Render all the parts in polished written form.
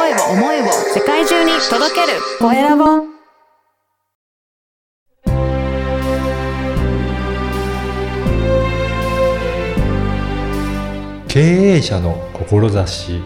声を世界中に届けるコエラボ。 経営者の志。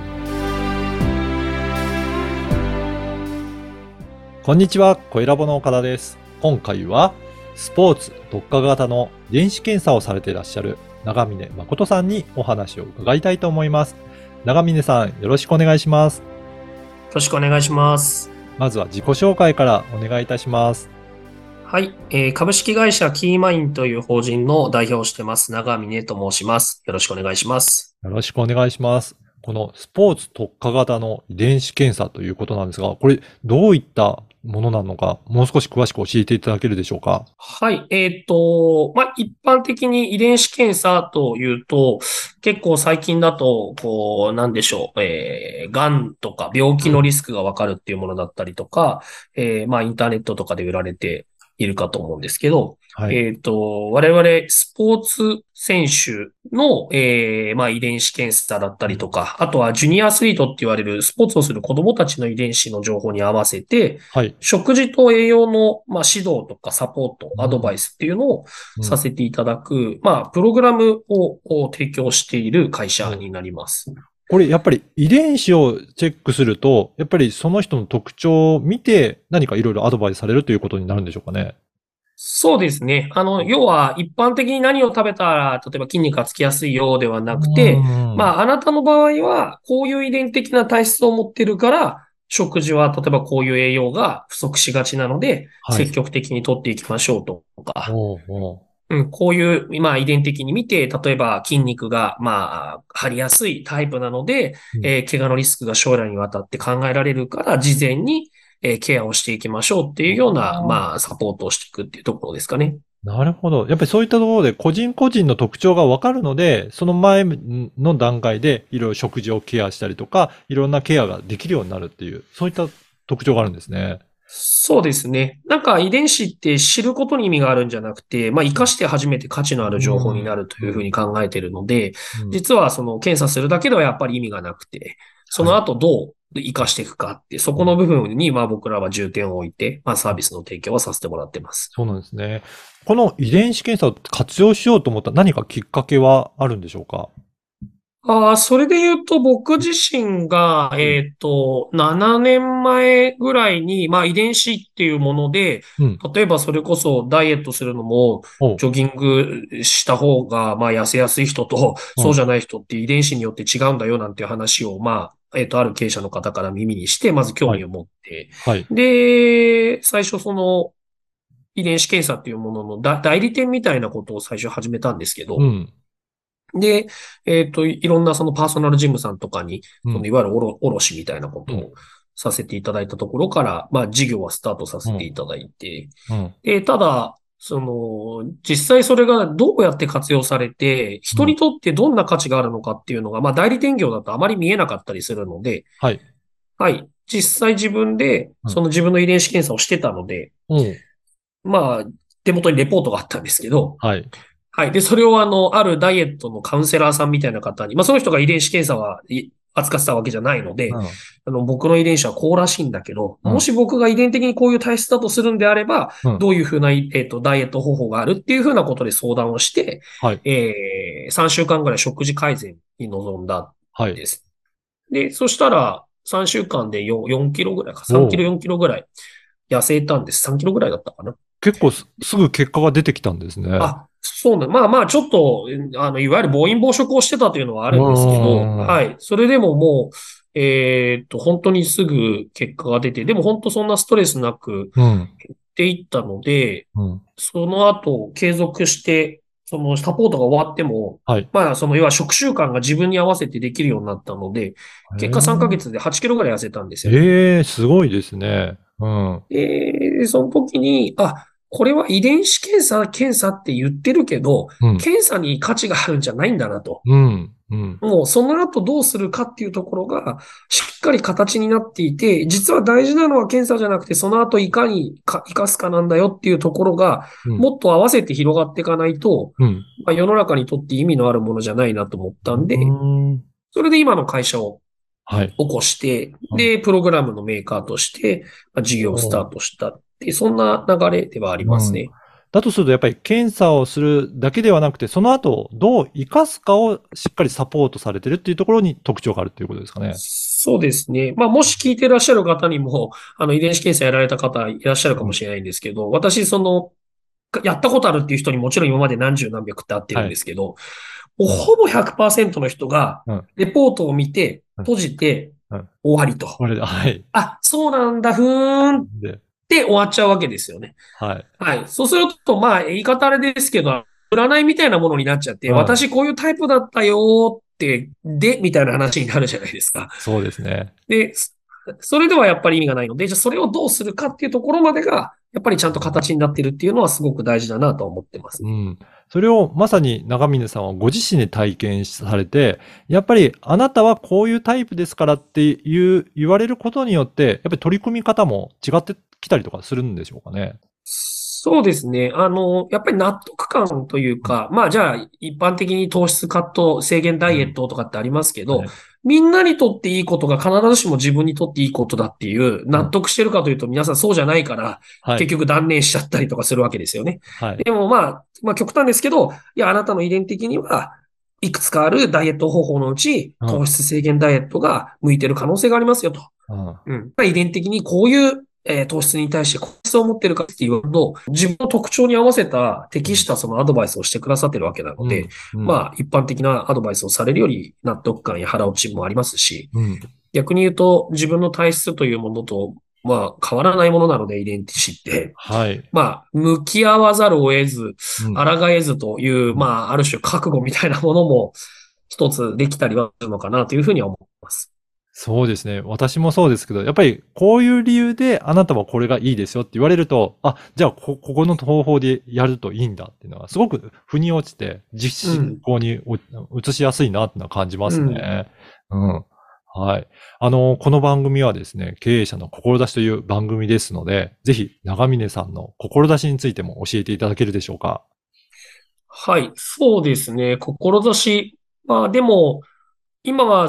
こんにちは、コエラボの岡田です。今回はスポーツ特化型の遺伝子検査をされていらっしゃる長峰誠さんにお話を伺いたいと思います。長峰さん、よろしくお願いします。 よろしくお願いします。 まずは自己紹介からお願いいたします。 はい、株式会社キーマインという法人の代表をしてます長峰と申します。よろしくお願いします。 よろしくお願いします。このスポーツ特化型の遺伝子検査ということなんですが、これどういったものなのか、もう少し詳しく教えていただけるでしょうか。 はい。一般的に遺伝子検査というと、結構最近だと、なんでしょう、癌とか病気のリスクがわかるっていうものだったりとか、インターネットとかで売られているかと思うんですけど、 はい。 我々スポーツ選手の、遺伝子検査だったりとか、あとはジュニアアスリートって言われるスポーツをする子供たちの遺伝子の情報に合わせて、 はい。 食事と栄養の、指導とかサポート、アドバイうん。 スっていうのをうん。 させていただく、プログラムを提供している会社おになります。 これやっぱり遺伝子をチェックすると、やっぱりその人の特徴を見て何かいろいろアドバイスされるということになるんでしょうかね。 そうですね。要は一般的に何を食べたら、例えば筋肉がつきやすいようではなくうて、 ん。 あなたの場合はこういう遺伝的な体質を持ってるから、食事は例えばこういう栄養が不足しがちなので、 はい。 積極的に取っていきましょうとか、 おうおう。 こういう、遺伝的に見て、例えば筋肉が、張りやすいタイプなので、 うん。 怪我のリスクが将来にわたって考えられるから、事前に、ケアをしていきましょうっていうような、 あサポートをしていくっていうところですかね。 なるほど。やっぱりそういったところで個人個人の特徴がわかるので、その前の段階でいろいろ食事をケアしたりとか、いろんなケアができるようになるっていう、そういった特徴があるんですね。 そうですね。なんか遺伝子って知ることに意味があるんじゃなくて、活かして初めて価値のある情報になるというふうに考えているので、 うん。 実はその検査するだけではやっぱり意味がなくて、そはい。 の後どう活かしていくかって、そこの部分に僕らは重点を置いて、サービスの提供をさせてもらってます。 そうなんですね。この遺伝子検査を活用しようと思った何かきっかけはあるんでしょうか？ それで言うと僕自身が、 うん。 7年前ぐらいに、遺伝子っていうもので、 うん。 例えばそれこそダイエットするのも、 おう。 ジョギングした方が、痩せやすい人と、 うん。 そうじゃない人って遺伝子によって違うんだよなんていう話を、ある経営者の方から耳にして、まず興はい。 味を持って、 はい。 で、最初その遺伝子検査っていうものの代理店みたいなことを最初始めたんですけど、 うん。 で、いろんなそのパーソナルジムさんとかに、 うん。 そのいわゆる卸みたいなこうん。 とをさせていただいたところから、事業はスタートさうん。 せていただいて、 うん。 で、ただ、実際それがどうやって活用されて、 うん。 人にとってどんな価値があるのかっていうのが、代理店業だとあまり見えなかったりするので、 はい。 はい。実際自分で、 うん。 その自分の遺伝子検査をしてたので、 うん。 まあ、手元にレポートがあったんですけど、 はい。 はい。で、それをあるダイエットのカウンセラーさんみたいな方に、その人が遺伝子検査扱ってたわけじゃないので、 うん。 僕の遺伝子はこうらしいんだけど、 うん。 もし僕が遺伝的にこういう体質だとするんであれば、 うん。 どういうふうな、ダイエット方法があるっていうふうなことで相談をして、 はい。 3週間ぐらい食事改善に臨んだんはい。 です。で、そしたら、3週間で4キロぐらいか、3キロ、 おお。 4キロぐらい痩せたんです。3キロぐらいだったかな。 結構すぐ結果が出てきたんですね。 そうね。ちょっと、いわゆる暴飲暴食をしてたというのはあうるんですけど、 ーん。 はい。それでももう、本当にすぐ結果が出て、でも本当そんなストレスなくうん。 減っていったので、 うん。 その後継続して、そのサポートが終わっても、 はい。 要は食習慣が自分に合わせてできるようになったので、 へ結果3ヶえ。 月で8キロぐらい痩せたんですよ。 ええ、すごいですね。うん。 その時に、これは遺伝子検査って言ってるけど、 うん。 検査に価値があるんじゃないんだなと。 うん。うん。 もうその後どうするかっていうところがしっかり形になっていて、実は大事なのは検査じゃなくて、その後いかに活かすかなんだよっていうところが、 うん。 もっと合わせて広がっていかないと、 うん。 世の中にとって意味のあるものじゃないなと思っうたんで、 ーん。 それで今の会社をはい。 起こして、 うん。 で、プログラムのメーカーとして、事業をスタートしたって、そんな流れではありうん。 ますね。 だとすると、やっぱり検査をするだけではなくて、その後、どう活かすかをしっかりサポートされてるっていうところに特徴があるっていうことですかね。 そうですね。もし聞いてらっしゃる方にも、遺伝子検査やられた方いらっしゃるかうん。 もしれないんですけど、私、やったことあるっていう人にもちろん今まで何十何百って会ってるはい。 んですけど、もうほぼ100%の人が、 うん。 レポートを見て、 うん。 閉じて、 うん。 終わりと。 これで、はい。 あ、そうなんだ、ふーんっで、 て終わっちゃうわけですよね。 はい。 はい。そうすると、言い方あれですけど、占いみたいなものになっちゃって、 うん。 私こういうタイプだったよーって、みたいな話になるじゃないですか。 そうですね。 で、それではやっぱり意味がないので、じゃあそれをどうするかっていうところまでが、やっぱりちゃんと形になってるっていうのはすごく大事だなと思ってますね。 うん。それをまさに長峰さんはご自身で体験されて、やっぱりあなたはこういうタイプですからって言われることによって、やっぱり取り組み方も違ってきたりとかするんでしょうかね。 そうですね。やっぱり納得感といううん。 か、じゃあ、一般的に糖質カット、制限ダイエッうん。 トとかってありますけど、 はい。 みんなにとっていいことが必ずしも自分にとっていいことだっていう納うん。 得してるかというと皆さんそうじゃないから、 はい。 結局断念しちゃったりとかするわけですよね。 はい。 でも極端ですけど、いや、あなたの遺伝的には、いくつかあるダイエット方法のうち、 うん。 糖質制限ダイエットが向いてる可能性がありますよと。 うん。 うん。遺伝的にこういう、糖質に対してこう質を持ってるかっていうと、自分の特徴に合わせたうん。 適したそのアドバイスをしてくださってるわけなので、 うん。うん。 一般的なアドバイスをされるより納得感や腹落ちもありますし、 うん。 逆に言うと自分の体質というものと、変わらないものなので、遺伝子って。 はい。 向き合わざるを得ず、 うん。 抗えずという、 うん。 ある種覚悟みたいなものも一つできたりはするのかなというふうには思います。 そうですね。私もそうですけど、やっぱりこういう理由であなたはこれがいいですよって言われると、あ、じゃあここの方法でやるといいんだっていうのはすごく腑に落ちて実うん。 行に移しやすいなっていうのは感じますうん。 ね。うん。はい。この番組はですね、経営者の志という番組ですので、ぜひ長峰さんの志についても教えていただけるでしょうか。 はい。そうですね。志。でも、今は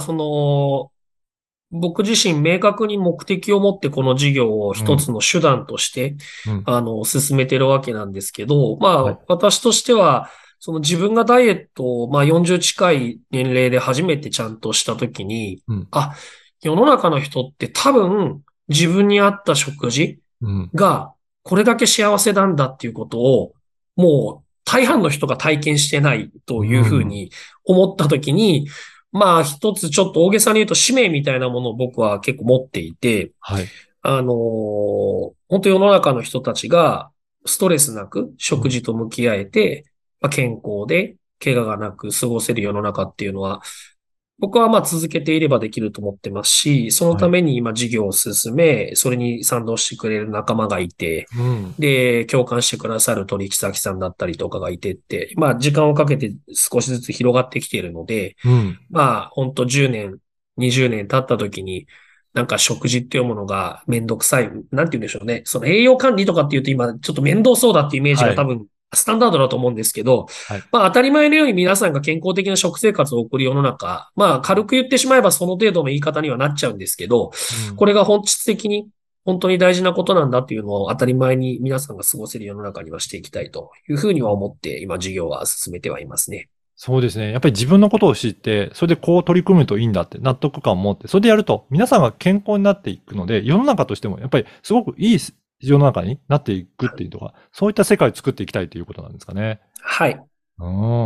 僕自身明確に目的を持ってこの事業をうん。 一つの手段として、 うん。 進めてるわけなんですけど、 はい。 私としては、その自分がダイエットを、40近い年齢で初めてちゃんとしたときに、 うん。 あ、世の中の人って多分自分に合った食事うん。 がこれだけ幸せなんだっていうことを、もう大半の人が体験してないというふううん。 に思ったときに、一つちょっと大げさに言うと使命みたいなものを僕は結構持っていて、 はい。 本当世の中の人たちがストレスなくうん。 食事と向き合えて、健康で怪我がなく過ごせる世の中っていうのは、僕は続けていればできると思ってますし、そのはい。 ために今事業を進め、それに賛同してくれる仲間がいて、 うん。 で、共感してくださる取引先さんだったりとかがいてって、時間をかけて少しずつ広がってきているので、 うん。 本当10年、20年経った時に、なんか食事っていうものがめんどくさい。なんて言うんでしょうね。その栄養管理とかっていうと今ちょっと面倒そうだっていうイメージはい。 が多分スタンダードだと思うんですけど、 はい。 当たり前のように皆さんが健康的な食生活を送る世の中、軽く言ってしまえばその程度の言い方にはなっちゃうんですけど、 うん。 これが本質的に本当に大事なことなんだっていうのを当たり前に皆さんが過ごせる世の中にはしていきたいというふうには思って今事業は進めてはいますね。 そうですね。やっぱり自分のことを知って、それでこう取り組むといいんだって納得感を持って、それでやると皆さんが健康になっていくので、世の中としてもやっぱりすごくいい世の中になっていくっていうとか、そういった世界を作っていきたいということなんですかね。 はい。 うん。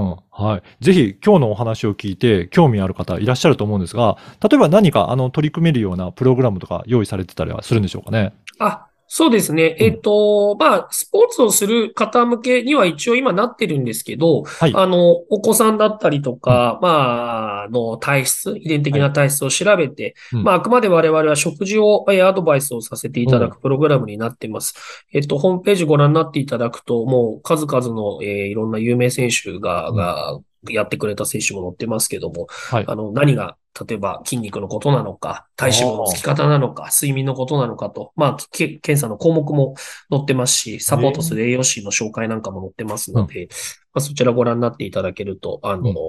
はい。ぜひ今日のお話を聞いて興味ある方いらっしゃると思うんですが、例えば何か取り組めるようなプログラムとか用意されてたりはするんでしょうかね。 そうですね。 うん。 スポーツをする方向けには一応今なってるんですけど、 はい。 お子さんだったりとうん。 か、体質、遺伝的はい。 な体質を調べて、 うん。 あくまで我々は食事を、アドバイスをさせていうん。 ただくプログラムになっています。ホームページご覧になっていただくと、もう数々の、いろんな有名選手うん。 がやってくれた選手も載ってますけども、 はい。 何が例えば筋肉のことなのか、 あ体脂肪のつきあ。 方なのか、睡眠のことなのかと、検査の項目も載ってますし、サポートすええ。 る栄養士の紹介なんかも載ってますうん。 ので、そちらご覧になっていただけると、 うん。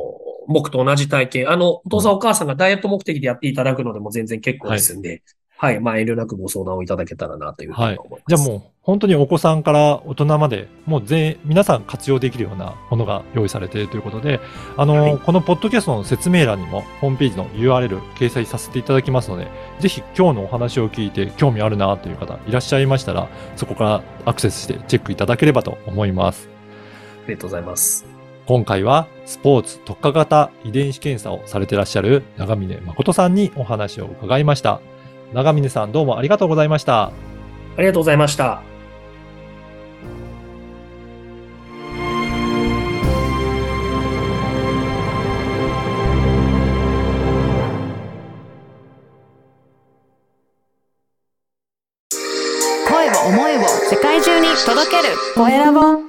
僕と同じ体験、お父さんお母さんがダイエット目的でやっていただくのでも全然結構ですんで、はい。まあ、遠慮なくご相談をいただけたらなというふうはい。 に思います。 じゃあもう本当にお子さんから大人まで、もう皆さん活用できるようなものが用意されているということで、 はい。 このポッドキャストの説明欄にもホームページの URL 掲載させていただきますので、ぜひ今日のお話を聞いて興味あるなという方いらっしゃいましたら、そこからアクセスしてチェックいただければと思います。 ありがとうございます。 今回はスポーツ特化型遺伝子検査をされていらっしゃる長峰誠さんにお話を伺いました。長峰さん、どうもありがとうございました。 ありがとうございました。 声を思いを世界中に届けるコエラボ。